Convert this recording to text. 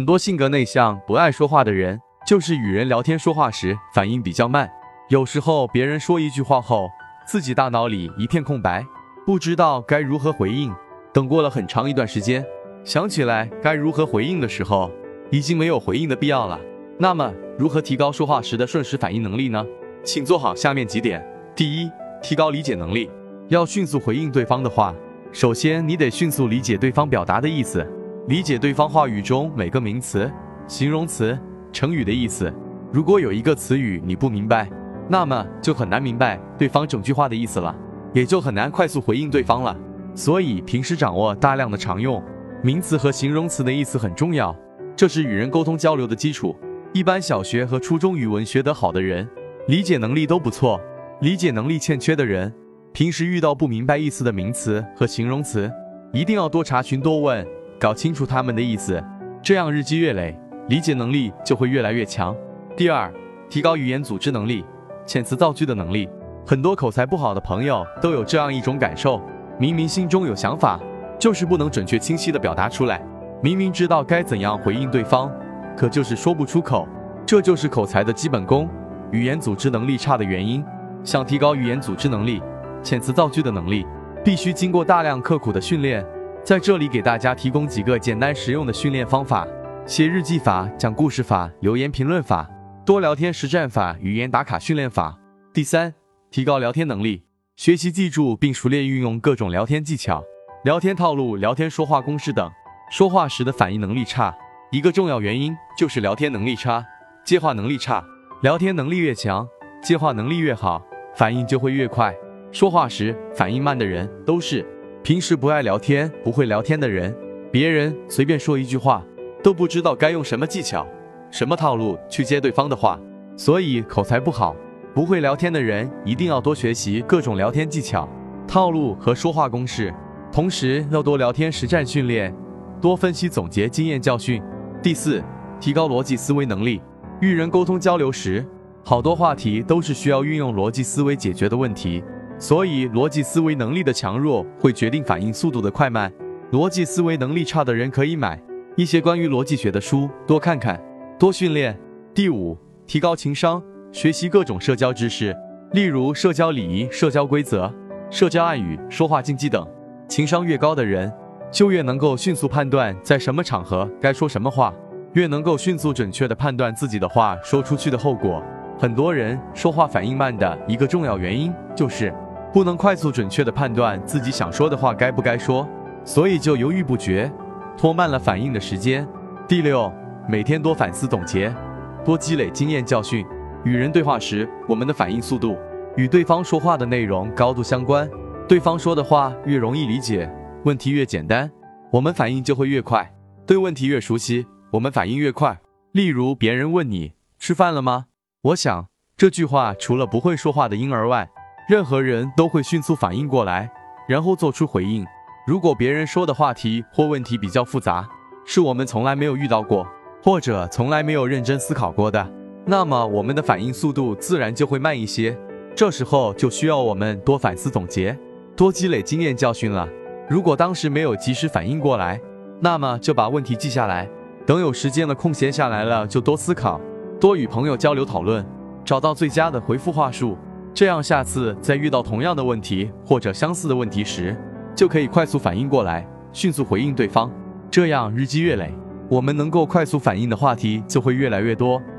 很多性格内向、不爱说话的人，就是与人聊天说话时反应比较慢。有时候别人说一句话后，自己大脑里一片空白，不知道该如何回应。等过了很长一段时间，想起来该如何回应的时候，已经没有回应的必要了。那么，如何提高说话时的瞬时反应能力呢？请做好下面几点。第一，提高理解能力。要迅速回应对方的话，首先你得迅速理解对方表达的意思，理解对方话语中每个名词、形容词、成语的意思。如果有一个词语你不明白，那么就很难明白对方整句话的意思了，也就很难快速回应对方了。所以平时掌握大量的常用名词和形容词的意思很重要，这是与人沟通交流的基础。一般小学和初中语文学得好的人，理解能力都不错。理解能力欠缺的人，平时遇到不明白意思的名词和形容词，一定要多查询多问，搞清楚他们的意思，这样日积月累，理解能力就会越来越强。第二，提高语言组织能力，遣词造句的能力。很多口才不好的朋友都有这样一种感受，明明心中有想法，就是不能准确清晰地表达出来，明明知道该怎样回应对方，可就是说不出口，这就是口才的基本功，语言组织能力差的原因。想提高语言组织能力，遣词造句的能力，必须经过大量刻苦的训练。在这里给大家提供几个简单实用的训练方法：写日记法、讲故事法、留言评论法、多聊天实战法、语言打卡训练法。第三，提高聊天能力，学习记住并熟练运用各种聊天技巧、聊天套路、聊天说话公式等。说话时的反应能力差，一个重要原因就是聊天能力差，接话能力差。聊天能力越强，接话能力越好，反应就会越快。说话时反应慢的人，都是平时不爱聊天、不会聊天的人。别人随便说一句话，都不知道该用什么技巧、什么套路去接对方的话。所以口才不好、不会聊天的人，一定要多学习各种聊天技巧、套路和说话公式，同时要多聊天实战训练，多分析总结经验教训。第四，提高逻辑思维能力。与人沟通交流时，好多话题都是需要运用逻辑思维解决的问题，所以逻辑思维能力的强弱会决定反应速度的快慢。逻辑思维能力差的人可以买一些关于逻辑学的书，多看看，多训练。第五，提高情商，学习各种社交知识，例如社交礼仪、社交规则、社交暗语、说话禁忌等。情商越高的人，就越能够迅速判断在什么场合该说什么话，越能够迅速准确地判断自己的话说出去的后果。很多人说话反应慢的一个重要原因，就是不能快速准确地判断自己想说的话该不该说，所以就犹豫不决，拖慢了反应的时间。第六，每天多反思总结，多积累经验教训。与人对话时，我们的反应速度与对方说话的内容高度相关，对方说的话越容易理解，问题越简单，我们反应就会越快。对问题越熟悉，我们反应越快。例如别人问你吃饭了吗？我想这句话除了不会说话的婴儿外，任何人都会迅速反应过来，然后做出回应。如果别人说的话题或问题比较复杂，是我们从来没有遇到过，或者从来没有认真思考过的，那么我们的反应速度自然就会慢一些。这时候就需要我们多反思总结，多积累经验教训了。如果当时没有及时反应过来，那么就把问题记下来，等有时间了空闲下来了就多思考，多与朋友交流讨论，找到最佳的回复话术，这样下次在遇到同样的问题或者相似的问题时，就可以快速反应过来，迅速回应对方。这样日积月累，我们能够快速反应的话题就会越来越多，